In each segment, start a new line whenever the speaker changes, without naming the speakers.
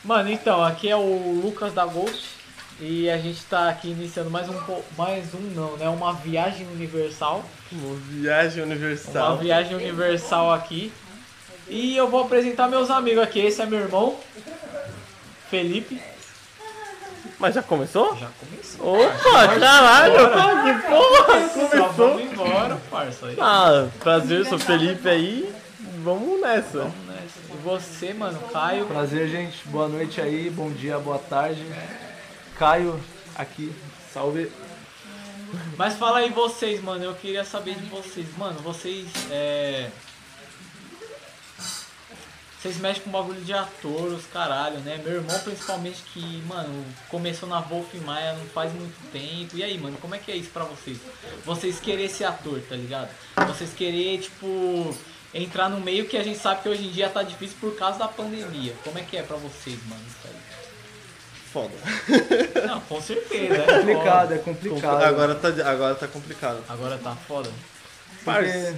Mano, então, aqui é o Lucas da Ghost e a gente tá aqui iniciando uma viagem universal.
Uma viagem universal.
Uma viagem universal aqui. E eu vou apresentar meus amigos aqui. Esse é meu irmão, Felipe.
Mas já começou?
Já começou.
Opa, caralho! Que porra!
Só
Começou!
vamos embora, parça. Aí.
Ah, prazer, sou Felipe aí. Vamos nessa.
Vamos nessa. E você, mano, Caio.
Prazer, gente. Boa noite aí, bom dia, boa tarde. Caio aqui, salve.
Mas fala aí vocês, mano. Eu queria saber de vocês. Mano, vocês Vocês mexem com bagulho de ator, os caralho, né? Meu irmão principalmente que, mano, começou na Wolf Maia não faz muito tempo. E aí, mano, como é que é isso pra vocês? Vocês querer ser ator, tá ligado? Vocês querer, tipo, entrar no meio que a gente sabe que hoje em dia tá difícil por causa da pandemia. Como é que é pra vocês, mano, isso aí?
Foda.
Não, com certeza.
É complicado, é complicado.
Agora tá complicado.
Agora tá foda.
Porque,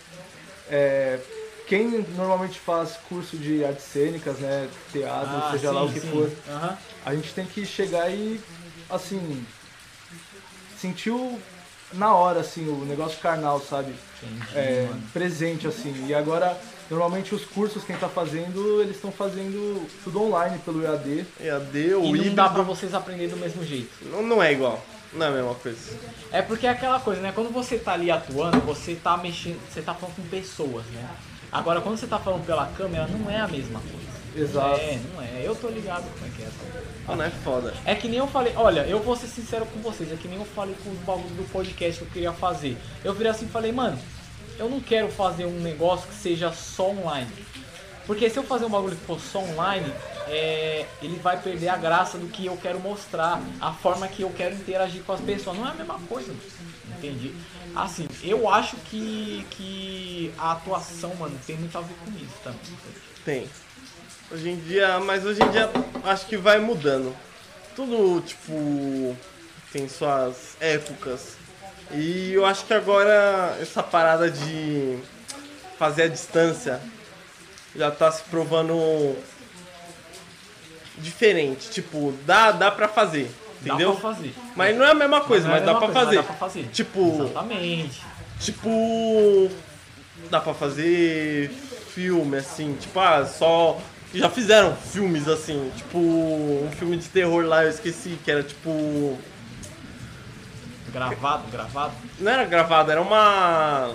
quem normalmente faz curso de artes cênicas, né, teatro, seja lá o que for, a gente tem que chegar e, assim, sentir na hora, assim, o negócio carnal, sabe?
Entendi,
presente, assim. E agora, normalmente os cursos, quem tá fazendo, eles estão fazendo tudo online, pelo EAD.
EAD ou
E não
híbrido.
dá pra vocês aprenderem do mesmo jeito.
Não é igual. Não é a mesma coisa.
É porque é aquela coisa, né? Quando você tá ali atuando, você tá mexendo, você tá falando com pessoas, né? Agora, quando você tá falando pela câmera, não é a mesma coisa.
Exato.
Não é. Eu tô ligado como é que é.
Não é foda.
É que nem eu falei, olha, eu vou ser sincero com vocês, é que nem eu falei com os bagulhos do podcast que eu queria fazer. Eu virei assim e falei, mano, eu não quero fazer um negócio que seja só online. Porque se eu fazer um bagulho que for só online, ele vai perder a graça do que eu quero mostrar, a forma que eu quero interagir com as pessoas. Não é a mesma coisa, entendi. Assim, eu acho que a atuação, mano, tem muito a ver com isso também.
Tem. Hoje em dia acho que vai mudando. Tudo, tipo, tem suas épocas. E eu acho que agora essa parada de fazer a distância já tá se provando diferente. Tipo, dá pra fazer, entendeu?
Dá pra fazer.
Mas não é a mesma coisa, mas dá pra fazer.
Dá pra fazer.
Tipo,
exatamente.
Tipo, dá pra fazer filme assim, tipo, só... Já fizeram filmes assim, tipo, um filme de terror lá, eu esqueci, que era tipo...
Gravado?
Não era gravado, era uma...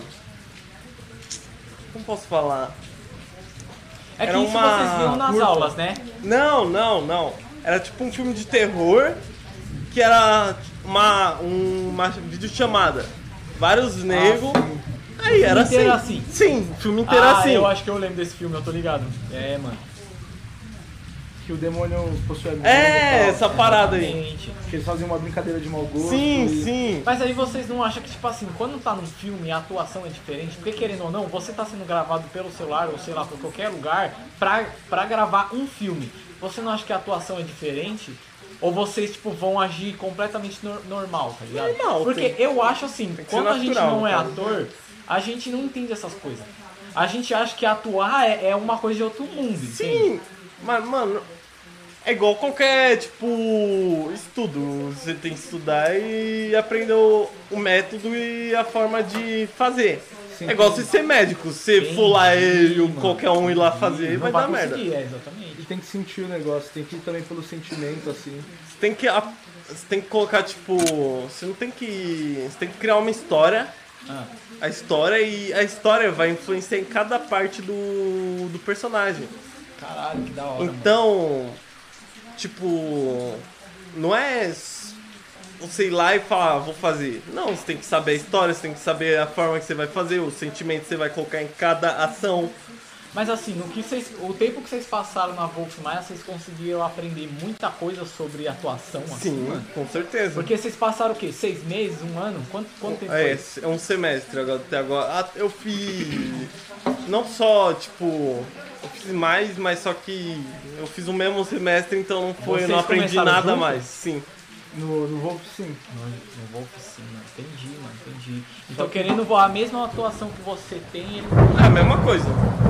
Como posso falar?
É que
era
isso vocês viam nas aulas, né?
Não. Era tipo um filme de terror, que era uma videochamada. Vários negros... Aí era assim. Sim, o filme inteiro assim.
Eu acho que eu lembro desse filme, eu tô ligado. É, mano.
Que o demônio possui a menina
essa parada aí.
Que eles fazem uma brincadeira de mau gosto.
Sim.
Mas aí vocês não acham que, tipo assim, quando tá num filme a atuação é diferente? Porque querendo ou não, você tá sendo gravado pelo celular ou sei lá, por qualquer lugar pra gravar um filme. Você não acha que a atuação é diferente? Ou vocês, tipo, vão agir completamente normal, tá ligado?
Normal.
Porque eu acho assim, quando a gente
natural,
não é
cara.
ator, a gente não entende essas coisas. A gente acha que atuar é uma coisa de outro mundo,
Sim,
entende?
mas, mano, é igual qualquer, tipo, estudo. Você tem que estudar e aprender o método e a forma de fazer.
Sim.
É igual você ser médico. Se você for lá e qualquer um ir lá fazer,
Não
vai dar merda.
exatamente.
E tem que sentir o negócio, tem que ir também pelo sentimento, assim.
Você tem que colocar, tipo... Você tem que criar uma história. A história vai influenciar em cada parte do personagem.
Caralho, que da hora,
Então, tipo, não é você ir lá e falar, vou fazer. Não, você tem que saber a história, você tem que saber a forma que você vai fazer, o sentimento que você vai colocar em cada ação.
Mas assim, o tempo que vocês passaram na Wolf Maia, vocês conseguiram aprender muita coisa sobre atuação, assim,
Sim,
mano?
com certeza.
Porque vocês passaram o quê? 6 meses? 1 ano? Quanto tempo foi?
É um semestre até agora. Eu fiz não só, tipo, eu fiz mais, mas só que eu fiz o mesmo semestre, então eu não aprendi
começaram
nada
junto?
mais. Sim.
No Wolf, sim.
No Wolf sim, mano. Entendi. Então querendo a mesma atuação que você tem, ele...
É a mesma coisa.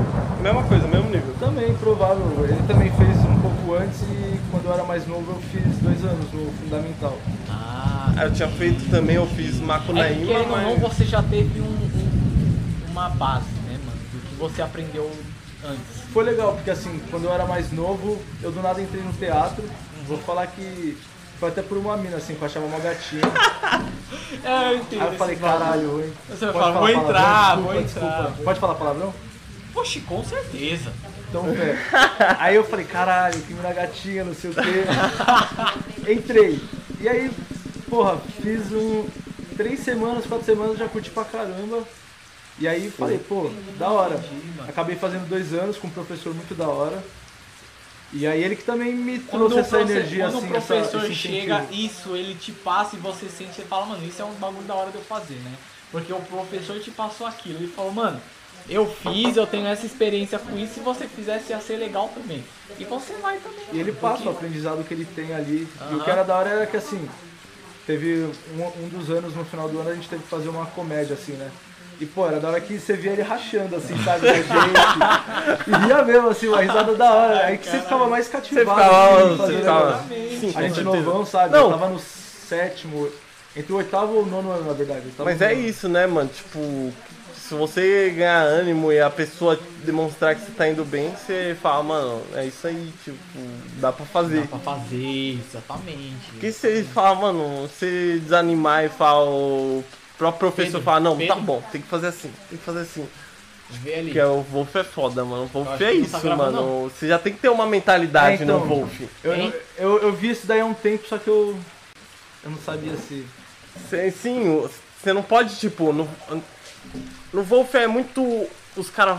Mesma coisa, mesmo nível.
Também, provável. Ele também fez um pouco antes e quando eu era mais novo eu fiz 2 anos no Fundamental.
Eu tinha feito também, eu fiz Macunaíma,
querendo ou não, você já teve uma base, né, mano? Do que você aprendeu antes.
Foi legal, porque assim, quando eu era mais novo, eu do nada entrei no teatro. Vou falar que foi até por uma mina, assim, que eu achava uma gatinha.
Eu entendo.
Aí eu falei, caralho, hein?
Você vai falar, vou entrar.
Desculpa. Pode falar palavrão?
Poxa, com certeza.
Então, velho. Aí eu falei, caralho, que mina gatinha, não sei o quê. Entrei. E aí, porra, fiz 3 semanas, 4 semanas, já curti pra caramba. E aí falei, pô, da hora. Acabei fazendo 2 anos com um professor muito da hora. E aí ele que também me trouxe essa energia, assim,
quando o professor
esse
chega, isso, ele te passa e você sente, você fala, mano, isso é um bagulho da hora de eu fazer, né? Porque o professor te passou aquilo, ele falou, mano, eu fiz, eu tenho essa experiência com isso, se você fizesse ia ser legal também. E você vai também.
E ele passa o aprendizado que ele tem ali. E o que era da hora era que, assim, teve um dos anos, no final do ano, a gente teve que fazer uma comédia, assim, né? E, pô, era da hora que você via ele rachando, assim, sabe, da gente. E ria mesmo, assim, uma risada da hora. Aí que você ficava mais cativado.
Você ficava...
Sim, a gente novão, sabe?
Não.
Eu tava no 7º, entre o 8º e o 9º ano, na verdade.
Mas é isso, né, mano? Tipo, se você ganhar ânimo e a pessoa demonstrar que você tá indo bem, você fala, mano, é isso aí, tipo, dá pra fazer.
Dá pra fazer, exatamente.
Porque se ele fala, mano, você desanimar e fala, o próprio professor fala, não, tá bom, tem que fazer assim.
Vê ali.
Porque o Wolf é foda, mano. O Wolf é
que não
isso,
tá gravando,
mano.
não.
Você já tem que ter uma mentalidade
então,
no Wolf.
Eu vi isso daí há um tempo, só que eu não sabia se...
Sim, você não pode, tipo, no Wolf é muito... Os caras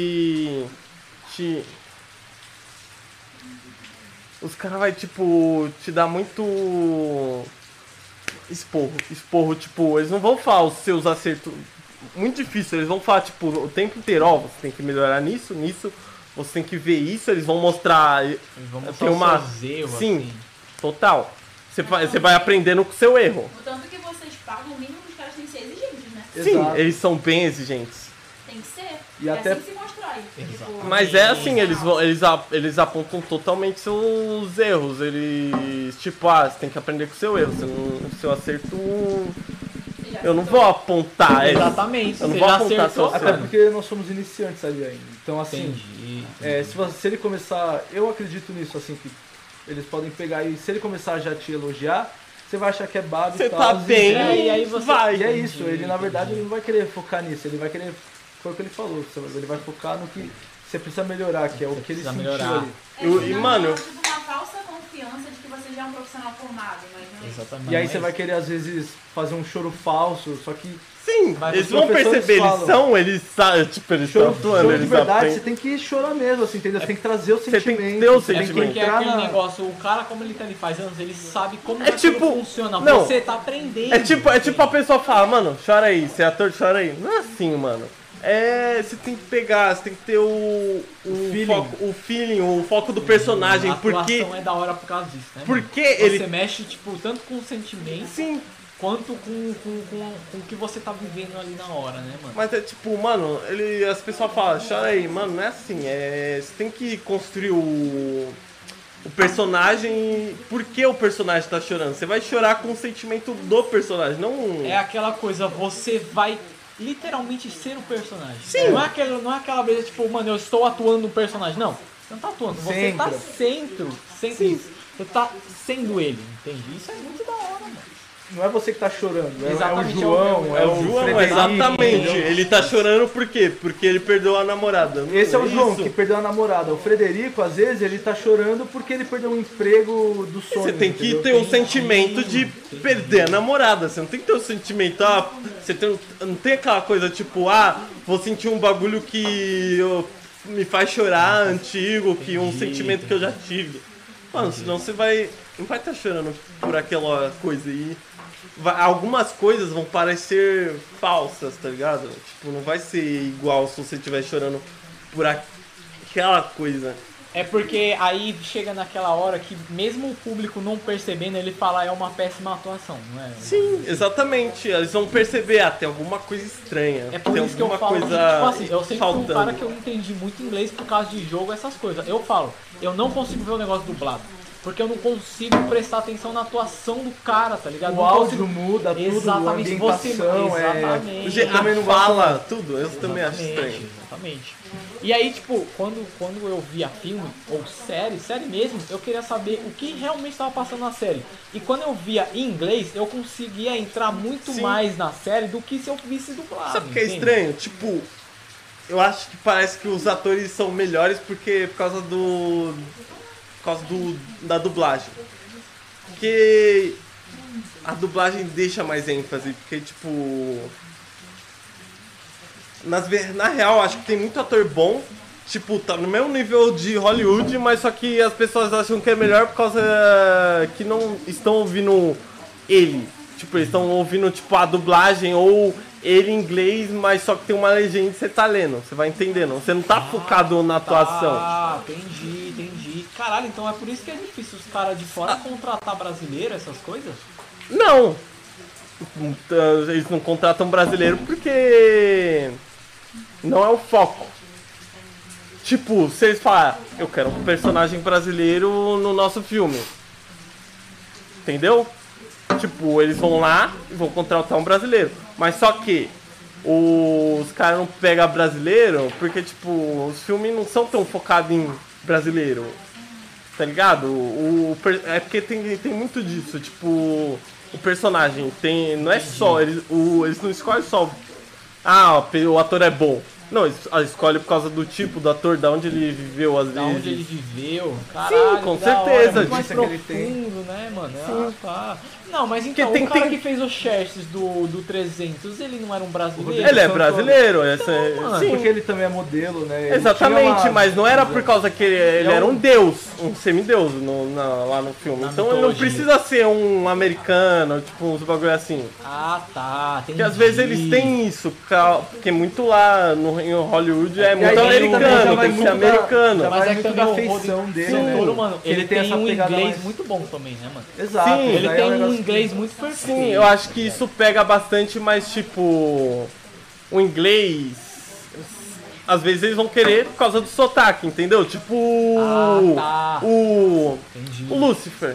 Os caras vai, tipo, te dar muito... Esporro, tipo, eles não vão falar os seus acertos... Muito difícil, eles vão falar, tipo, o tempo inteiro, ó, você tem que melhorar nisso, você tem que ver isso, eles vão mostrar...
Eles vão mostrar
tem uma...
os seus erros,
Sim,
assim.
total. Você vai aprendendo com o seu erro.
O tanto que vocês pagam, o mínimo dos caras tem que ser exigentes, né?
Sim,
Exato.
eles são bem exigentes.
Tem que ser.
E
é
até-
assim que se constrói. Tipo,
Mas é assim, eles apontam totalmente seus erros. Eles, tipo, você tem que aprender com o seu erro. O seu acerto... Eu não vou apontar.
Exatamente,
Eu não
você
vou
já
apontar
acertou,
seu
Até
acerto.
porque nós somos iniciantes ali ainda. Então, assim,
Entendi.
se ele começar... Eu acredito nisso, assim, que eles podem pegar e se ele começar já a te elogiar, você vai achar que é babo e
Você
tal.
tá bem,
e aí você
vai.
E é isso, ele na verdade ele não vai querer focar nisso, ele vai querer... Foi o que ele falou, ele vai focar no que você precisa melhorar, que é o que ele
precisa
sentiu
melhorar.
ali.
E, mano...
tipo uma falsa confiança de que você já é um profissional formado, mas não é isso.
Exatamente.
E aí você vai querer, às vezes, fazer um choro falso, só que
Sim,
Vai,
eles
os
vão
professores
perceber,
falam.
eles sabem, tipo, eles estão
choro,
atuando,
choro de
eles
verdade, você
aprendem.
tem que chorar mesmo, assim, entendeu? Você tem que trazer o
Você tem que
sentimento.
ter o
você tem
sentimento.
Porque é
entrar
aquele
na...
negócio, o cara como ele tá ali faz anos, ele sabe como
É
aquilo
tipo-
funciona.
não.
Você tá aprendendo.
É tipo a pessoa fala, mano, chora aí, você é ator, chora aí. Não é assim, mano. Você tem que pegar, você tem que ter o feeling, o foco do personagem,
A
porque...
atuação é da hora por causa disso, né?
Porque
mano?
ele...
Você mexe, tipo, tanto com o sentimento,
Sim,
quanto com o que você tá vivendo ali na hora, né, mano?
mas é tipo, mano, as pessoas falam, chora aí, mano, não é assim, você tem que construir o personagem, por que o personagem tá chorando? Você vai chorar com o sentimento do personagem, não...
É aquela coisa, você vai literalmente ser o personagem.
Sim.
Não é aquela vez, tipo, mano, eu estou atuando no personagem. Não, você não tá atuando, você
Sempre.
tá sempre isso. Você tá sendo ele, entende? Isso é muito da hora, mano.
Não é você que tá chorando, é o
Exatamente,
João,
É o João,
Frederico,
exatamente.
entendeu?
Ele tá chorando por quê? Porque ele perdeu a namorada.
Esse é o João,
Isso.
que perdeu a namorada. O Frederico, às vezes, ele tá chorando porque ele perdeu um emprego do sonho.
Você tem que
entendeu?
ter o sentimento de perder a namorada. Você não tem que ter o sentimento, não tem aquela coisa tipo, vou sentir um bagulho que me faz chorar, antigo, que um sentimento que eu já tive. Mano, senão você não vai estar chorando por aquela coisa aí. Algumas coisas vão parecer falsas, tá ligado? Tipo, não vai ser igual se você estiver chorando por aquela coisa.
É porque aí chega naquela hora que mesmo o público não percebendo, ele fala é uma péssima atuação, não é?
Sim, exatamente. Eles vão perceber, tem alguma coisa estranha.
É por
tem
isso que eu
alguma
falo,
coisa
tipo assim, eu sempre fui um
faltando.
cara que eu entendi muito inglês por causa de jogo, essas coisas. Eu falo, eu não consigo ver o negócio dublado. Porque eu não consigo prestar atenção na atuação do cara, tá ligado?
O
não
áudio
consigo...
muda, tudo,
exatamente,
a ambientação,
exatamente.
O jeito
também não gosto
fala, tudo, eu também acho estranho.
Exatamente. E aí, tipo, quando eu via filme ou série mesmo, eu queria saber o que realmente estava passando na série. E quando eu via em inglês, eu conseguia entrar muito mais na série do que se eu visse dublado.
Sabe o que é estranho? Tipo, eu acho que parece que os atores são melhores porque por causa da dublagem. Porque a dublagem deixa mais ênfase, porque tipo... Na real, acho que tem muito ator bom, tipo, tá no mesmo nível de Hollywood, mas só que as pessoas acham que é melhor por causa que não estão ouvindo ele. Tipo, eles estão ouvindo tipo a dublagem ou ele em inglês, mas só que tem uma legenda e você tá lendo, você vai entendendo. Você não tá focado na atuação.
Ah, entendi. Caralho, então é por isso que é difícil os caras de fora contratar brasileiro, essas coisas?
Não! Eles não contratam brasileiro porque não é o foco. Tipo, se eles falarem, eu quero um personagem brasileiro no nosso filme. Entendeu? Tipo, eles vão lá e vão contratar um brasileiro. Mas só que os caras não pegam brasileiro porque, tipo, os filmes não são tão focados em brasileiro. Tá ligado? É porque tem muito disso. Tipo, o personagem tem. Não é só. Eles não escolhem só. Ah, o ator é bom. Não, eles escolhem por causa do tipo do ator, da onde ele viveu, às vezes.
Da onde ele viveu, caralho.
Sim, com certeza.
Muito mais
Disso que ele
profundo, né, mano?
Sim.
Tá. Não, mas então,
Porque
o cara que fez o Xerxes do 300, ele não era um brasileiro?
Ele é brasileiro,
mano.
sim.
Porque ele também é modelo, né? Ele
Exatamente,
tinha
mas não era por causa que ele era um deus, um semideus lá no filme.
Na
Então ele não
mitologia.
precisa ser um americano, tipo uns bagulho assim.
Ah, tá, entendi.
Porque às vezes eles têm isso, porque muito lá em Hollywood é
E
muito
aí ele também já
americano,
vai
tem que ser
muito da-
americano.
já
Mas
vai
é que
muito
também
da
o
feição
Rodrigo
dele,
Santoro,
né?
mano,
Ele
ele
tem
tem
essa
um
pegada
inglês
mais-
muito bom também, né, mano?
Exato.
Sim,
Ele
daí
tem
é
um
negócio
inglês muito perfeito.
Sim, eu acho que isso pega bastante, mas tipo, o inglês, às vezes eles vão querer por causa do sotaque, entendeu? Tipo,
Ah, tá.
o
Entendi.
Lucifer,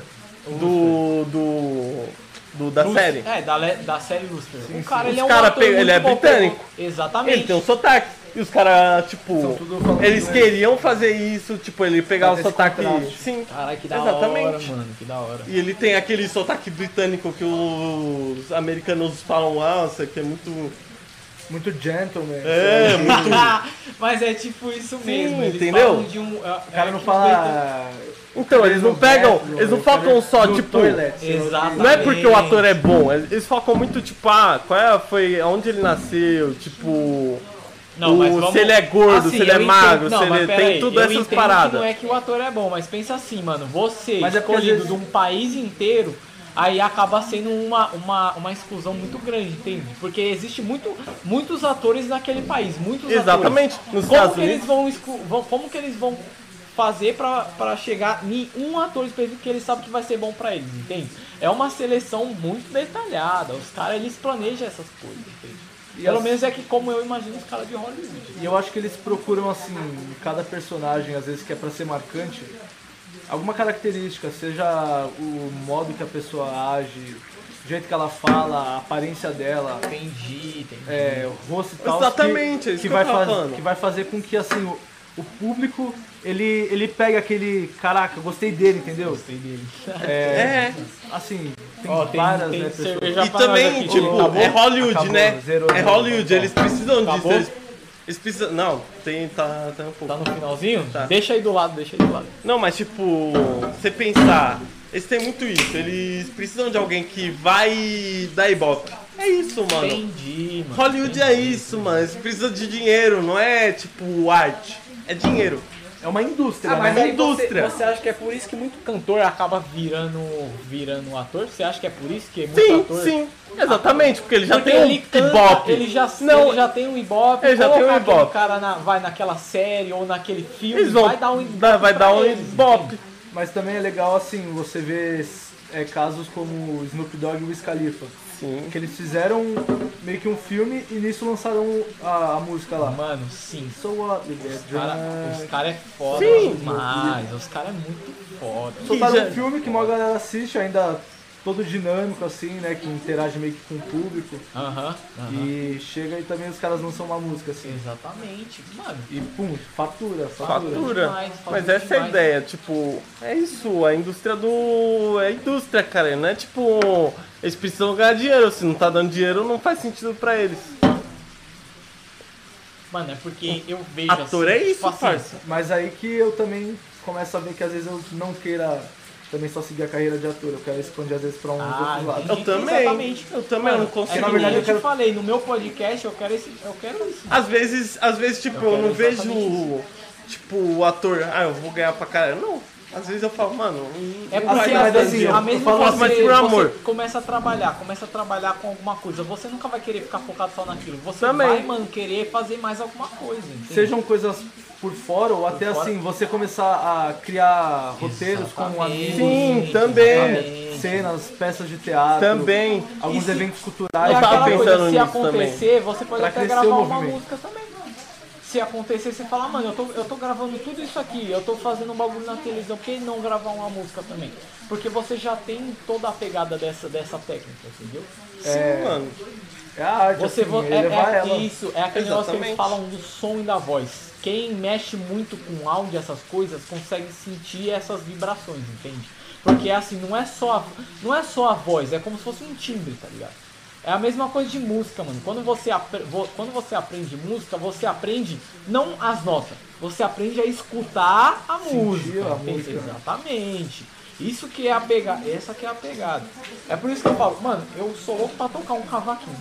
da série.
É, da série Lucifer. O cara, ele é
Os
um
cara
ator
ele é
muito bom.
britânico.
Exatamente.
Ele tem um sotaque. E os caras, tipo,
São tudo falando
eles
inglês.
queriam fazer isso, tipo, ele pegar o
Fazer esse
sotaque.
contraste.
Sim,
Caralho, que da
exatamente.
hora, mano. Que da hora.
E ele tem aquele sotaque britânico que os americanos falam, nossa, que é muito.
Muito gentleman.
É, muito.
Mas é tipo isso mesmo. Eles
entendeu?
falam de um.
O cara não fala.
Então, eles não pegam. Eles não focam só,
no
tipo.
toilet,
Exato.
Não é porque o ator é bom, eles focam muito, tipo, onde ele nasceu, tipo.
Não, mas vamos...
Se ele é gordo,
Assim,
se ele é
eu
magro,
entendo-
se
não,
ele
mas
tem
peraí,
tudo
eu
essas
entendo
paradas.
que não é que o ator é bom, mas pensa assim, mano, você
Mas é porque às
escolhido
vezes-
de um país inteiro, aí acaba sendo uma exclusão muito grande, entende? Porque existe muitos atores naquele país, muitos
Exatamente.
atores.
Nos
Como
Estados
que
Unidos.
como que eles vão fazer pra chegar em um ator específico que eles sabem que vai ser bom pra eles, entende? É uma seleção muito detalhada, os caras eles planejam essas coisas, entende? Pelo menos é que como eu imagino os caras de Hollywood.
E eu acho que eles procuram, assim, em cada personagem, às vezes que é pra ser marcante, alguma característica, seja o modo que a pessoa age, o jeito que ela fala, a aparência dela,
Entendi.
o rosto e tal.
Exatamente, é isso que eu
vai
tava falando.
que vai fazer com que, assim, o público, ele pega aquele, caraca, gostei dele, entendeu?
Gostei dele.
Assim, tem
Ó,
várias,
tem
né, pessoas.
cerveja
E
pra nós
também,
aqui,
tipo,
acabou?
é Hollywood,
Acabou,
né?
zerou,
É Hollywood,
zerou.
eles precisam disso.
Acabou?
Eles precisam. Não, tá um pouco.
Tá no finalzinho?
Tá.
Deixa aí do lado.
Não, mas tipo, você pensar, eles têm muito isso, eles precisam de alguém que vai dar ibope. É isso, mano.
Entendi, mano.
Hollywood é isso, mano. Eles precisam de dinheiro, não é tipo arte. É dinheiro.
É uma indústria,
mas
né?
aí
indústria.
Você acha que é por isso que muito cantor acaba virando ator? Você acha que é por isso que muito ator...
Sim, exatamente, porque ele já
Porque
tem um
ele canta,
ibope.
ele já tem um ibope,
ele já tem um
colocar aquele
ibope.
cara vai naquela série ou naquele filme,
Eles vão
vai dar um ibope
vai dar
pra
um
eles,
ibope.
entende?
Mas também é legal, assim, você ver casos como o Snoop Dogg e o Wiz Khalifa.
Sim.
Que eles fizeram meio que um filme e nisso lançaram a música lá.
Mano, sim.
So what? We get
Os
drunk.
caras é foda
Sim.
demais. Os caras é muito foda.
Soltaram
já-
um filme que a galera assiste, ainda todo dinâmico, assim, né? Que interage meio que com o público.
Aham.
E chega e também os caras lançam uma música, assim.
Exatamente. Mano,
E pum, fatura.
Fatura.
demais,
Mas
fatura
essa é a
demais.
ideia, tipo, é isso, a indústria do. É a indústria, cara, não é tipo. Eles precisam ganhar dinheiro, se não tá dando dinheiro, não faz sentido pra eles.
Mano, é porque eu vejo
Ator
assim,
é isso,
tipo assim,
parça.
Mas aí que eu também começo a ver que às vezes eu não queira também só seguir a carreira de ator. Eu quero expandir às vezes pra uns outros lados.
entendi.
Eu também.
Exatamente.
Eu também
Mano,
não consigo.
É
na
que
verdade,
nem
eu quero-
te falei, no meu podcast eu quero isso.
Às vezes tipo,
Eu
eu não
quero
vejo,
exatamente
tipo, o ator, eu vou ganhar pra caralho. Não. Às vezes eu falo, mano,
É
não
porque
vai
às
dar
vezes,
dinheiro.
a mesma
Eu falo, mas por amor.
você começa a trabalhar com alguma coisa, você nunca vai querer ficar focado só naquilo. Você
Também.
vai, mano, querer fazer mais alguma coisa. Entende?
Sejam coisas por fora ou até
fora.
assim, você começar a criar roteiros com
Exatamente.
amigos.
Sim, também.
Exatamente.
Cenas, peças de teatro.
Também.
Alguns
E se-
eventos
E
culturais.
Eu tava
aquela coisa,
pensando
se
nisso
acontecer, você pode
Pra
até
crescer
gravar
o
uma
movimento.
música também, mano. Se acontecer, você fala, mano, eu tô gravando tudo isso aqui, eu tô fazendo um bagulho na televisão, por que não gravar uma música também? Porque você já tem toda a pegada dessa técnica, entendeu?
Sim, mano.
É a arte,
Você
assim,
é
levar ela.
isso, é aquele negócio que eles
Exatamente.
falam do som e da voz. Quem mexe muito com áudio, essas coisas, consegue sentir essas vibrações, entende? Porque assim, não é só a voz, é como se fosse um timbre, tá ligado? É a mesma coisa de música, mano. Quando você aprende música, você aprende não as notas, você aprende a escutar a música.
a
entende?
música.
Exatamente. Isso que é a pegada, essa que é a pegada. É por isso que eu falo, mano, eu sou louco pra tocar um cavaquinho.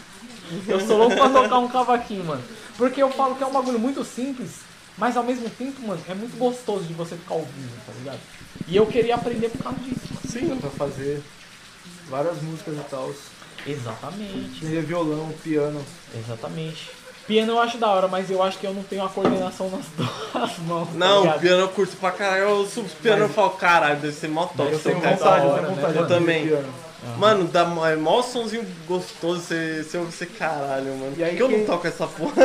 Eu sou louco pra tocar um cavaquinho, mano. Porque eu falo que é um bagulho muito simples, mas ao mesmo tempo, mano, é muito gostoso de você ficar ouvindo, tá ligado? E eu queria aprender por causa disso, mano.
Sim. Pra fazer várias músicas e tal.
Exatamente.
Seria violão, piano.
Exatamente. Piano eu acho da hora, mas eu acho que eu não tenho a coordenação nas duas mãos. tá
Não,
ligado?
piano eu curto pra caralho. Eu subo piano e falo, caralho, deve ser mó top.
Eu tenho
tocar essa
vontade, eu
hora,
tenho
né?
vontade
Eu
de aprender
também.
piano.
Mano, dá é mó somzinho gostoso você ouvir esse caralho, mano.
E aí
Por que eu
quem-
não toco essa porra?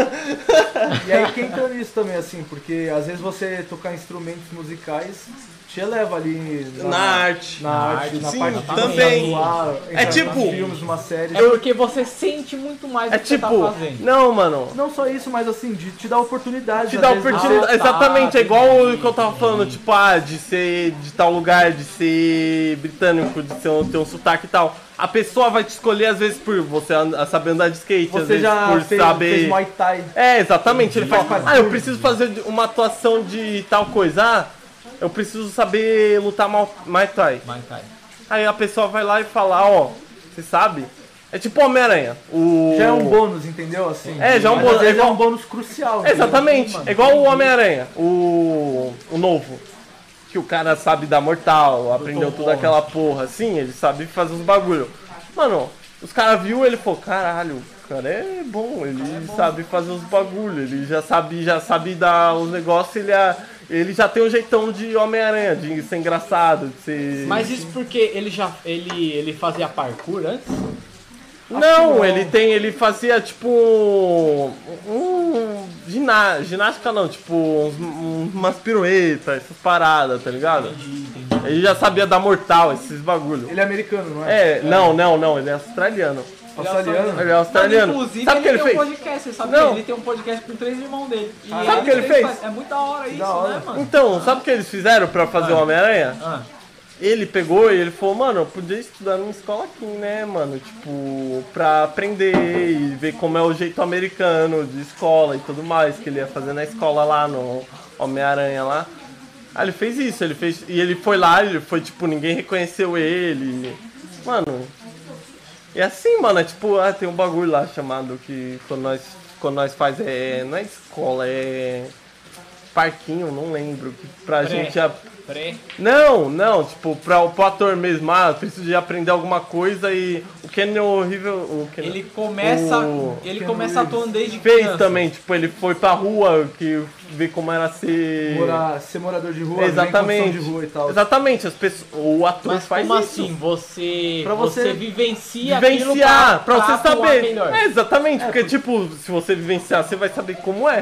E aí que entra nisso também, assim, porque às vezes você tocar instrumentos musicais te eleva ali
Na arte.
na arte, na
sim,
parte de
também.
atuar,
É
entrar
tipo-
nos filmes, numa série.
É porque você sente muito mais
É
do que você tá
tipo,
fazendo.
não, mano.
Não só isso, mas assim, de te dar oportunidade.
Te
às
dá
vezes,
oportunidade.
Ah, tá,
Exatamente, é igual
entendi,
o que eu tava falando, tipo, de ser de tal lugar, de ser britânico, de ter um sotaque e tal. A pessoa vai te escolher, às vezes, por você saber andar de skate, às
Você
vezes
já
por
fez,
saber.
fez Muay Thai.
É, exatamente. Ele fala,
Faz
eu
tudo.
preciso fazer uma atuação de tal coisa. Eu preciso saber lutar Muay Thai.
Mas, cara,
Aí a pessoa vai lá e fala, você sabe? É tipo Homem-Aranha.
Já é um bônus, entendeu? Assim,
É, já é um
mas
bônus,
às vezes
é igual-
é um bônus crucial. entendeu?
Exatamente.
mano.
É igual o Homem-Aranha, o novo. Que o cara sabe dar mortal, aprendeu
Tom
toda aquela porra, assim, ele sabe fazer os bagulho. Mano, os caras viu ele falou, caralho, o cara é bom, ele sabe fazer os bagulho, ele já sabe dar os negócios, ele já tem um jeitão de Homem-Aranha, de ser engraçado, de ser.
mas isso porque ele fazia parkour antes?
Não, ele fazia tipo ginástica não, tipo umas piruetas, essas paradas, tá ligado? Ele já sabia dar mortal, esses bagulho.
Ele é americano, não é?
Não, ele é australiano.
Australiano?
Ele é australiano.
Mano, inclusive,
Sabe o que ele
tem
fez?
um podcast, você sabe
Não.
que ele tem um podcast com 3 irmãos dele. E
Sabe o que ele
três
fez?
É muito da hora isso,
hora.
né, mano?
Então, sabe o que eles fizeram pra fazer o Homem-Aranha?
Ah,
Ele pegou e ele falou, mano, eu podia estudar numa escola aqui, né, mano? Tipo, pra aprender e ver como é o jeito americano de escola e tudo mais, que ele ia fazer na escola lá, no Homem-Aranha lá. Aí ele fez isso, e ele foi lá, tipo, ninguém reconheceu ele. Mano, e assim, mano, é tipo, tem um bagulho lá chamado que quando nós faz, não é escola, é parquinho, não lembro. Que pra gente...
Pré.
Não, tipo, pro ator mesmo, preciso de aprender alguma coisa e o Kenny horrível.
Ele começa atuando desde
fez
criança.
também, tipo, ele foi pra rua, que vê como era ser
morador de rua,
exatamente,
de rua e tal.
Exatamente, as pessoas, o ator
mas
faz
como
isso.
assim? Você vivencia
pra você saber.
Melhor.
Exatamente, porque tipo, se você vivenciar, você vai saber como é.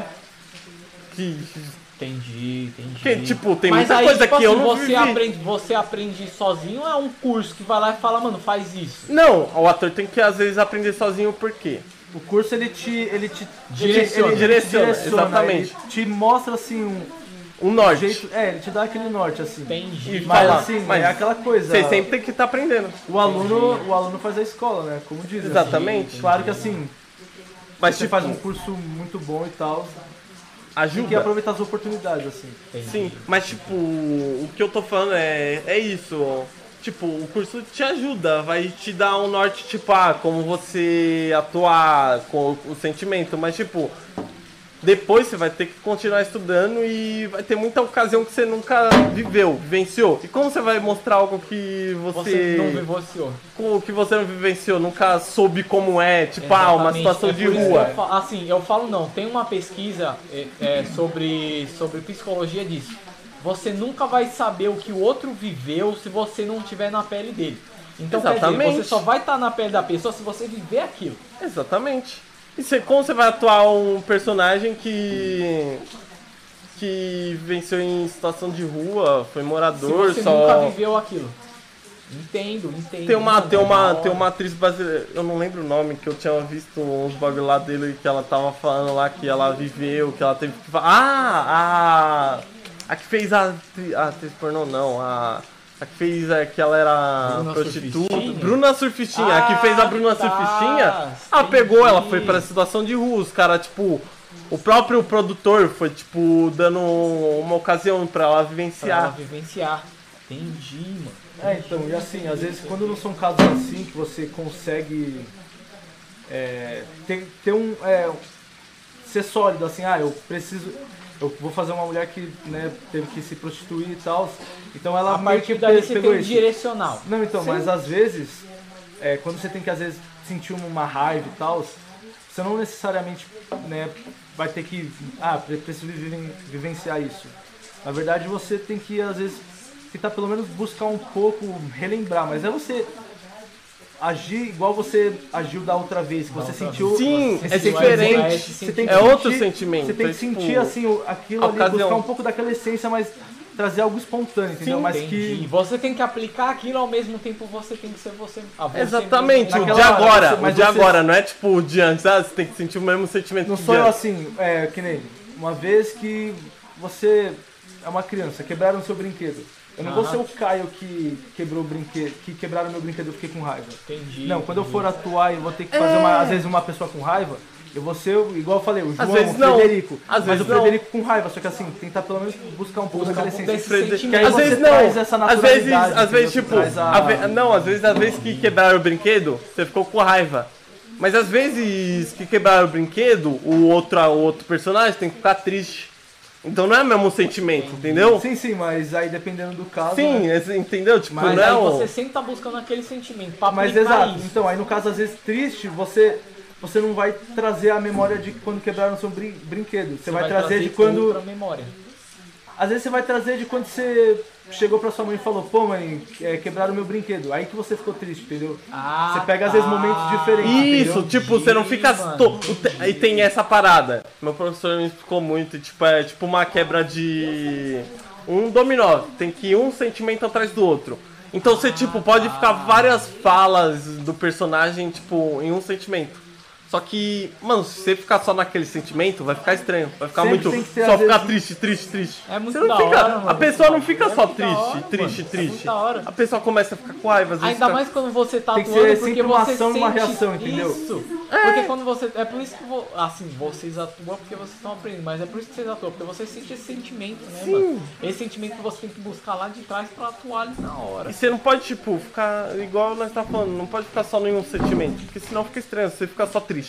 Entendi.
Porque, tipo, tem
mas
muita
aí,
coisa
tipo
que
assim,
eu não vivi.
Você aprende sozinho ou é um curso que vai lá e fala, mano, faz isso?
Não, o ator tem que às vezes aprender sozinho, por quê?
O curso ele te
direciona, exatamente.
Ele te mostra assim
um norte.
Ele te dá aquele norte assim.
Entendi.
Mas assim, é aquela coisa.
Você sempre tem que estar aprendendo.
O aluno faz a escola, né? Como diz.
Exatamente.
Assim. Claro que assim,
mas
você faz um curso muito bom e tal.
Ajuda.
Tem que aproveitar as oportunidades, assim.
Entendi. Sim, mas tipo, o que eu tô falando é isso. Tipo, o curso te ajuda, vai te dar um norte, tipo, como você atuar com o sentimento, mas tipo, depois você vai ter que continuar estudando e vai ter muita ocasião que você nunca vivenciou. E como você vai mostrar algo que você
não vivenciou?
Que você não vivenciou, nunca soube como é, tipo, uma situação de rua.
Eu falo não, tem uma pesquisa sobre psicologia disso. Você nunca vai saber o que o outro viveu se você não estiver na pele dele. Então,
exatamente.
Quer dizer, você só vai estar na pele da pessoa se você viver aquilo.
Exatamente. E como você vai atuar um personagem que venceu em situação de rua, foi morador,
se você nunca viveu aquilo. Entendo. Tem
uma atriz brasileira, eu não lembro o nome, que eu tinha visto uns bagulho lá dele que ela tava falando lá que ela viveu, que ela teve que falar. A que fez a atriz pornô, não, a que fez que ela era
Bruna
prostituta.
Surfistinha?
Bruna Surfistinha. A que fez a Bruna Surfistinha, pegou, ela foi pra situação de rua. Os caras, tipo, o próprio produtor foi, tipo, dando uma ocasião pra ela vivenciar.
Entendi, mano.
Então, e assim, às vezes quando não são casos assim que você consegue ter ser sólido, assim, eu vou fazer uma mulher que, né, teve que se prostituir e tal. Então ela
a partir daí você tem um direcional.
Não, então, sim. Mas às vezes, quando você tem que às vezes sentir uma raiva e tal, você não necessariamente, né, vai ter que, preciso vivenciar isso. Na verdade, você tem que às vezes tentar pelo menos buscar um pouco, relembrar, mas você agir igual você agiu da outra vez, que você sentiu.
Sim, é diferente. É outro sentimento.
Você tem que sentir assim aquilo ali, buscar um pouco daquela essência, mas trazer algo espontâneo, entendeu?
Sim,
mas
entendi. E você tem que aplicar aquilo ao mesmo tempo, você tem que ser você.
Exatamente, o de agora. O de agora, não é tipo o de antes, você tem que sentir o mesmo sentimento.
Não sou eu assim, que nem uma vez que você é uma criança, quebraram o seu brinquedo. Eu não vou ser o Caio que quebrou o brinquedo, que quebraram meu brinquedo e eu fiquei com raiva.
Entendi.
Não, quando eu for atuar e vou ter que fazer às vezes uma pessoa com raiva, eu vou ser, igual eu falei, o João, o Frederico. Mas o Frederico com raiva, só que assim, tentar pelo menos buscar um pouco daquela essência.
Às vezes não, às vezes tipo, às vezes que quebraram o brinquedo, você ficou com raiva. Mas às vezes que quebraram o brinquedo, o outro personagem tem que ficar triste. Então não é o mesmo sentimento, entendeu?
Sim, mas aí dependendo do caso...
Sim, né? Entendeu? Tipo,
mas aí você sempre tá buscando aquele sentimento pra aplicar.
Mas exato,
isso.
Então aí no caso às vezes triste, você não vai trazer a memória de quando quebraram o seu brinquedo. Você vai trazer de quando...
outra memória.
Às vezes você vai trazer de quando você chegou pra sua mãe e falou, pô mãe, quebraram o meu brinquedo. Aí que você ficou triste, entendeu? Você pega às vezes momentos diferentes.
Isso,
entendeu?
tipo, você não fica... E tem essa parada. Meu professor me explicou muito, tipo, é tipo uma quebra de... um dominó. Tem que ir um sentimento atrás do outro. Então você, tipo, pode ficar várias falas do personagem, tipo, em um sentimento. Só que, mano, se você ficar só naquele sentimento, vai ficar estranho. Vai ficar
Sempre
muito...
ter,
só ficar
vezes...
triste.
É muito
você não
da
fica,
hora, mano.
a pessoa não fica só
triste.
triste.
É muito da hora.
A pessoa começa a ficar com raiva. Às vezes
ainda
fica...
mais quando você tá
tem que
atuando,
ser
porque
sempre uma
você
ação e uma
sente
reação, entendeu?
Isso. Porque quando você... É por isso que, assim, vocês atuam porque vocês estão aprendendo, mas é por isso que vocês atuam, porque você sente esse sentimento, né, mano? Esse sentimento que você tem que buscar lá de trás pra atuar ali na hora.
E você não pode, tipo, ficar igual nós tá falando, não pode ficar só em um sentimento, porque senão fica estranho, você fica só triste.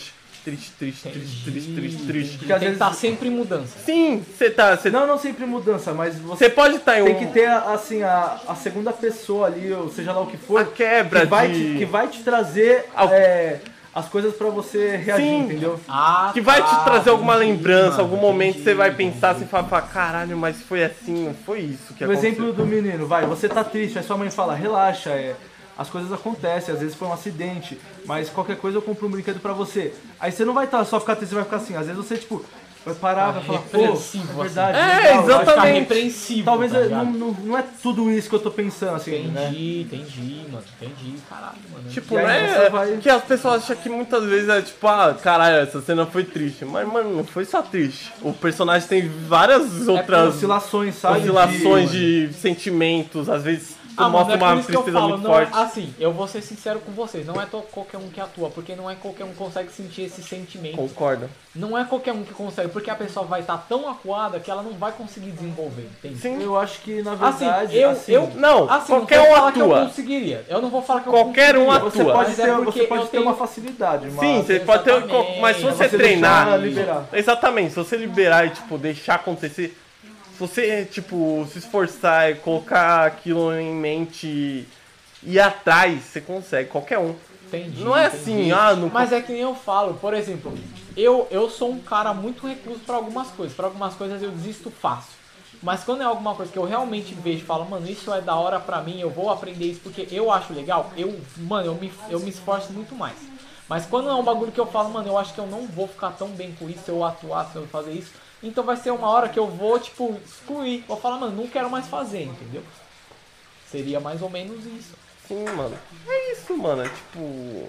triste.
Porque às vezes tá sempre em mudança.
Sim, você tá...
Não sempre em mudança, mas
você pode estar em
tem que ter, assim, a segunda pessoa ali, ou seja lá o que for,
a quebra
que vai te trazer as coisas pra você reagir,
sim,
entendeu?
Que vai te trazer alguma lembrança, algum momento você vai pensar assim, falar, caralho, mas foi assim, não foi isso que aconteceu.
O exemplo do menino, você tá triste, aí sua mãe fala, relaxa, as coisas acontecem, às vezes foi um acidente, mas qualquer coisa eu compro um brinquedo pra você. Aí você não vai só ficar triste, você vai ficar assim, às vezes você, tipo, vai parar, vai falar, pô, é verdade.
É,
legal,
exatamente.
Vai ficar repreensivo.
Talvez
tá
não é tudo isso que eu tô pensando, assim, né?
Entendi, mano. Entendi, caralho, mano.
Tipo, não é que as pessoas acham que muitas vezes é tipo, caralho, essa cena foi triste. Mas, mano, não foi só triste. O personagem tem várias outras
oscilações, sabe?
Oscilações de sentimentos, às vezes mostra uma tristeza muito forte.
Assim, eu vou ser sincero com vocês, não é qualquer um que atua, porque não é qualquer um que consegue sentir esse sentimento.
Concordo.
Não é qualquer um que consegue, porque a pessoa vai estar tão acuada que ela não vai conseguir desenvolver, entende?
Sim, eu acho que na verdade...
qualquer um atua.
Que eu conseguiria. Eu não vou falar que eu
qualquer um atua.
Você pode ter uma facilidade, mas...
Sim, você pode ter... Mas se você treinar... Exatamente, se você liberar e, tipo, deixar acontecer... Se você, tipo, se esforçar e colocar aquilo em mente e ir atrás, você consegue, qualquer um.
Entendi.
Não é assim, não...
Mas é que nem eu falo, por exemplo, eu sou um cara muito recluso pra algumas coisas. Pra algumas coisas eu desisto fácil. Mas quando é alguma coisa que eu realmente vejo e falo, mano, isso é da hora pra mim, eu vou aprender isso porque eu acho legal, eu me esforço muito mais. Mas quando é um bagulho que eu falo, mano, eu acho que eu não vou ficar tão bem com isso se eu atuar, se eu fazer isso. Então vai ser uma hora que eu vou, tipo, excluir. Vou falar, mano, não quero mais fazer, entendeu? Seria mais ou menos isso.
Sim, mano. É isso, mano. É tipo...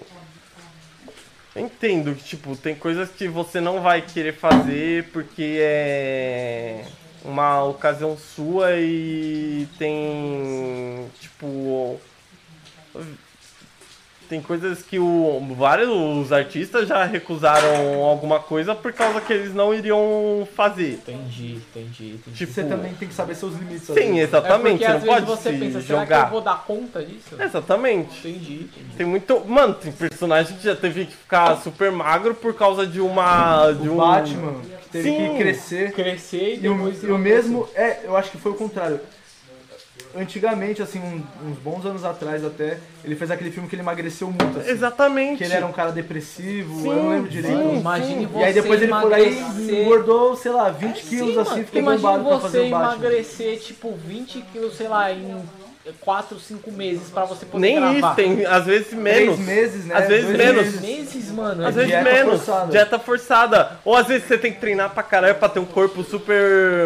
Eu entendo que, tipo, tem coisas que você não vai querer fazer porque é uma ocasião sua e tem, tipo... Tem coisas que vários artistas já recusaram alguma coisa por causa que eles não iriam fazer.
Entendi.
Tipo, você também tem que saber seus limites.
Sim, exatamente.
Porque
você não pode
você pensa, será que eu vou dar conta disso?
Exatamente.
Entendi.
Tem muito... Mano, tem personagem que já teve que ficar super magro por causa de uma...
O Batman, que teve que crescer.
E
o mesmo... eu acho que foi o contrário. Antigamente, assim, uns bons anos atrás até, ele fez aquele filme que ele emagreceu muito, assim.
Exatamente.
Que ele era um cara depressivo,
sim,
eu não lembro direito.
Imagine você
e aí depois ele foi lá e engordou, sei lá, 20 quilos, assim,
mano,
ficou bombado pra fazer o Batman.
Imagine você emagrecer, tipo, 20 quilos, sei lá, em 4, 5 meses pra você poder
nem
gravar.
Isso, tem às vezes menos.
3 meses, né?
Às vezes
2
menos.
Meses, mano.
Às vezes menos. Forçada. Dieta forçada. Ou às vezes você tem que treinar pra caralho pra ter um corpo super...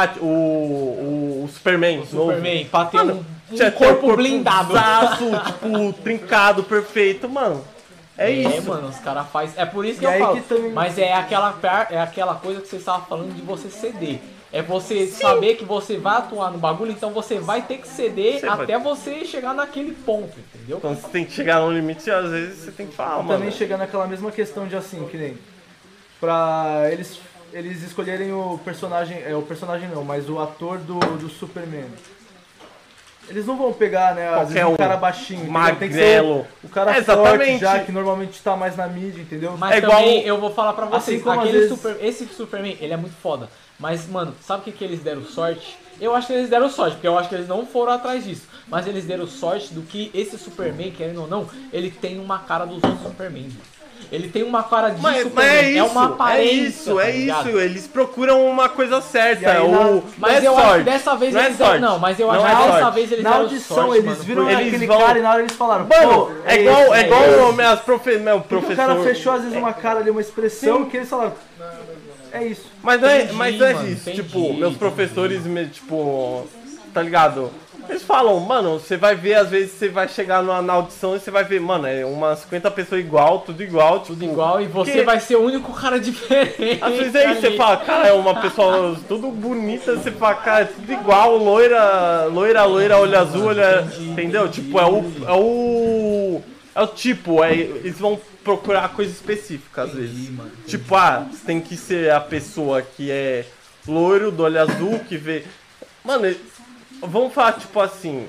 O Superman.
O Superman,
novo.
pra ter
mano,
um corpo blindado.
Tipo, trincado, perfeito, mano. É isso.
Mano, os caras fazem... É por isso que eu falo. Também... Mas é aquela coisa que você estava falando de você ceder. É você saber que você vai atuar no bagulho, então você vai ter que ceder até você chegar naquele ponto, entendeu?
Então você tem que chegar no limite e às vezes você tem que falar, mano.
Também chegar naquela mesma questão de assim, que nem... Pra eles escolherem o personagem... o personagem não, mas o ator do Superman. Eles não vão pegar, né, às vezes um cara baixinho,
magrelo.
Tem que ser o cara forte já, que normalmente tá mais na mídia, entendeu?
Mas também eu vou falar pra vocês, assim esse Superman, ele é muito foda. Mas, mano, sabe o que eles deram sorte? Eu acho que eles deram sorte, porque eu acho que eles não foram atrás disso. Mas eles deram sorte do que esse Superman, querendo ou não, ele tem uma cara dos outros Superman. Ele tem uma cara de Superman,
mas
é uma aparência.
É isso. Eles procuram uma coisa certa.
Mas eu acho que dessa vez eles deram. Não, mas eu acho que dessa vez eles deram
audição,
sorte,
eles viram aquele cara e na hora eles falaram,
mano, é igual meu professor.
O cara fechou às vezes uma cara ali, uma expressão que eles falaram. É isso.
Mas não é isso. Tipo, meus professores, tipo, tá ligado? Eles falam, mano, você vai ver, às vezes você vai chegar na audição e você vai ver, mano, é umas 50 pessoas igual, tudo igual. Tipo,
tudo igual e você vai ser o único cara diferente.
Às vezes é isso, você fala, cara, é uma pessoa tudo bonita, você fala, cara, é tudo igual, loira, olho azul, entendeu? Tipo, eles vão procurar coisa específica às vezes. Mano, tipo, você tem que ser a pessoa que é loiro, do olho azul, que vê... Mano, vamos falar, tipo assim,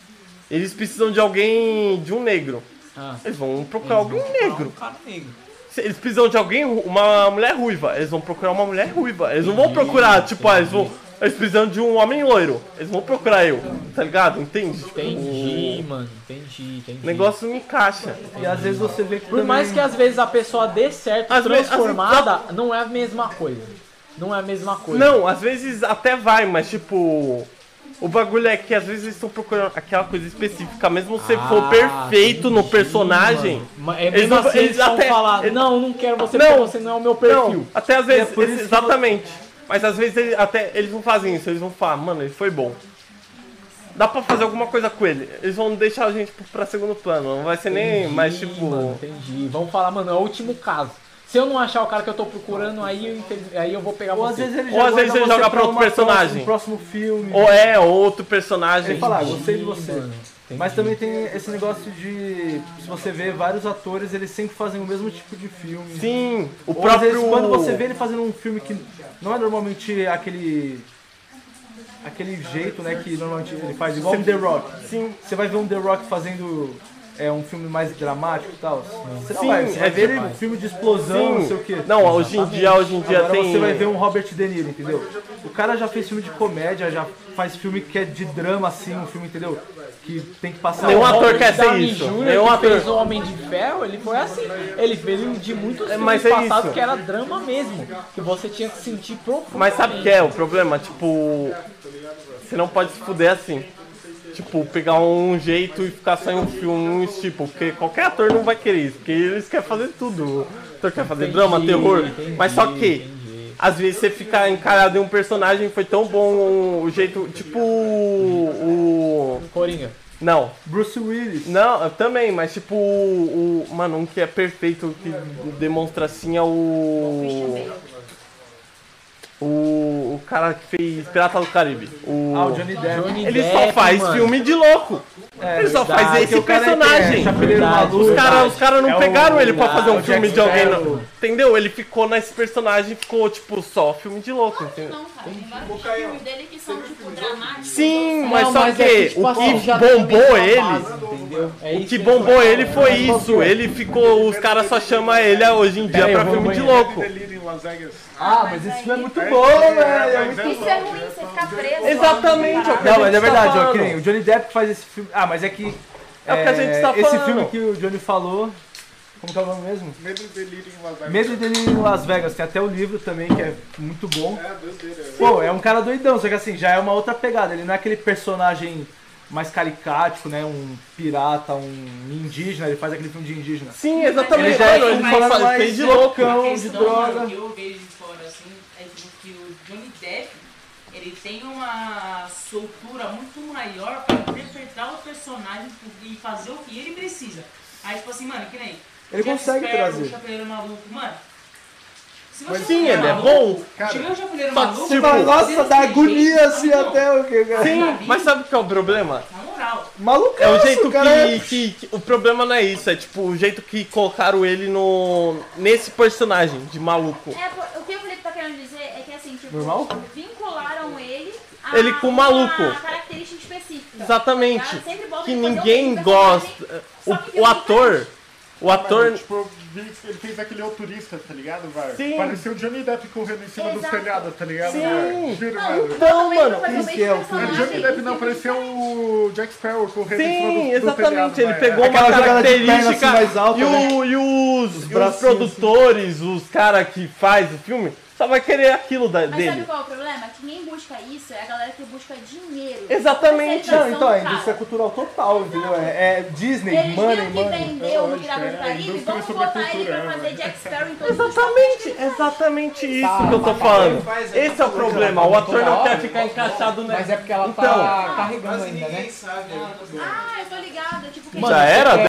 eles precisam de alguém, de um negro. Eles vão procurar alguém negro.
Um cara negro.
Se eles precisam de alguém, uma mulher ruiva. Eles vão procurar uma mulher ruiva. Eles não vão procurar, tipo, eles precisam de um homem loiro. Eles vão procurar eu, tá ligado? Entende?
Entendi, mano. Entendi.
O negócio não encaixa.
E às vezes você vê que
Por mais que às vezes a pessoa dê certo transformada, não é a mesma coisa. Não é a mesma coisa.
Não, às vezes até vai, mas tipo... O bagulho é que às vezes eles estão procurando aquela coisa específica, mesmo se for perfeito no personagem.
É mesmo assim, eles vão falar, não quero você porque você não é o meu perfil.
Não, até às vezes, exatamente. Mas às vezes eles não fazem isso, eles vão falar, mano, ele foi bom. Dá pra fazer alguma coisa com ele. Eles vão deixar a gente pra segundo plano, não vai ser nem mais tipo...
Mano, entendi. Vamos falar, mano, é o último caso. Se eu não achar o cara que eu tô procurando, aí eu vou pegar
ou
você.
Às vezes ele joga pra outro personagem. Um próximo filme.
Ou outro personagem.
Ele fala, gostei de você. Mano, mas também tem esse negócio de... Se você vê vários atores, eles sempre fazem o mesmo tipo de filme.
Sim.
Ou próprio... às vezes quando você vê ele fazendo um filme que não é normalmente aquele jeito, né, que normalmente ele faz, igual um The Rock.
Sim.
Você vai ver um The Rock fazendo... um filme mais dramático e tal. Você
Sim,
vai ver ele um filme de explosão, não sei o que.
Não, hoje em dia
agora
tem...
você vai ver um Robert De Niro, entendeu? O cara já fez filme de comédia, já faz filme que é de drama, assim, um filme, entendeu? Que tem que passar...
Nenhum ator quer ser isso.
Nenhum ator fez o Homem de Ferro, ele foi assim. Ele fez de muitos filmes passados que era drama mesmo. Que você tinha que sentir profundamente.
Mas sabe o que é o problema? Tipo... Você não pode se fuder assim. Tipo, pegar um jeito e ficar só em um filme, tipo, porque qualquer ator não vai querer isso, porque eles querem fazer tudo. O ator quer fazer drama, terror, mas só que, às vezes você fica encarado em um personagem, foi tão bom o jeito, tipo o...
Coringa.
Não.
Bruce Willis.
Não, também, mas tipo mano, um que é perfeito, que demonstra assim é o cara que fez Pirata do Caribe.
O Johnny Depp.
Ele só faz filme de louco. Ele só faz esse personagem. Os cara não pegaram ele pra fazer um filme de alguém, não. Entendeu? Ele ficou nesse personagem, ficou tipo só filme de louco. Entendeu?
Não, cara, tem vários filmes dele que são tipo dramáticos.
Sim, mas só que o que bombou ele, o que bombou ele foi isso. Ele ficou, os caras só chamam ele hoje em dia pra filme de louco.
Ah, mas esse filme é muito bom, velho.
Isso é ruim, você ficar preso.
Exatamente.
Não, mas é verdade, ó, o Johnny Depp que faz esse filme. Ah, mas é que...
É o que a gente tá falando.
Esse filme que o Johnny falou... Como que é o nome mesmo?
Medo e Delírio em Las Vegas.
Medo e Delírio em Las Vegas. Tem até o livro também, que é muito bom. Pô, é um cara doidão, só que assim, já é uma outra pegada. Ele não é aquele personagem mais caricático, né? Um pirata, um indígena. Ele faz aquele filme de indígena.
Sim, exatamente.
Ele já é
ele fala mais de loucão,
de droga. Que eu vejo de fora assim, é tipo que o Johnny Depp, ele tem uma soltura muito maior pra interpretar o personagem e fazer o que ele precisa. Aí, tipo assim, mano, que nem...
Ele consegue trazer.
O Chapeleiro Maluco, mano... Se você
sim, ele é bom.
Chega o Chapeleiro
Só que,
Maluco...
tipo,
nossa, dá agonia assim até o que, cara?
Sim, mas sabe o que é o problema?
Na moral.
Malucaço,
É o jeito
cara.
que o problema não é isso, é tipo o jeito que colocaram ele nesse personagem de maluco.
É, o que o Felipe tá querendo dizer é que assim, tipo,
Normal?
vincularam ele
Ele com maluco.
uma característica específica.
Exatamente.
Tá ligado? Sempre botam
Que
ele fazer
ninguém
um personagem,
gosta.
só que
O ator. O ator.
Tipo, eu vi que ele fez aquele O Turista, tá ligado, velho?
Sim.
Pareceu o Johnny Depp correndo em cima dos
Exato.
telhados, tá ligado?
Sim.
Velho? Juro,
Não,
velho.
Então,
botam ele
mano,
pra fazer o
isso
mesmo
é o
personagem.
Johnny Depp não, pareceu o Jack Sparrow correndo em cima
Sim,
do
exatamente.
telhado,
Ele
velho.
pegou uma
Aquela jogada de perna,
característica
assim, mais alta,
e os produtores, os caras que faz o filme, só vai querer aquilo
Mas sabe
dele.
qual é o problema? Quem busca isso é a galera que busca dinheiro.
Exatamente.
Não, então, a
Cara,
indústria cultural total, entendeu? É Disney,
eles
money,
viram que
money.
vendeu no
Lógico,
Pirata do
é,
Caribe,
indústria
vamos
sobre
botar ele
cultura,
pra
né?
fazer Jack Sparrow em todos os
Exatamente isso que eu tô falando. Esse é o problema. O ator não quer ficar encaixado nessa.
Mas é porque ela
Então,
tá carregando ainda, né?
Ah, eu tô ligada. Tipo, quem
já era?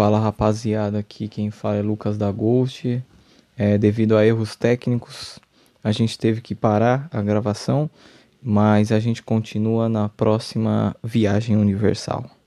Fala rapaziada, aqui quem fala é Lucas da Ghost. Devido a erros técnicos, a gente teve que parar a gravação, mas a gente continua na próxima viagem universal.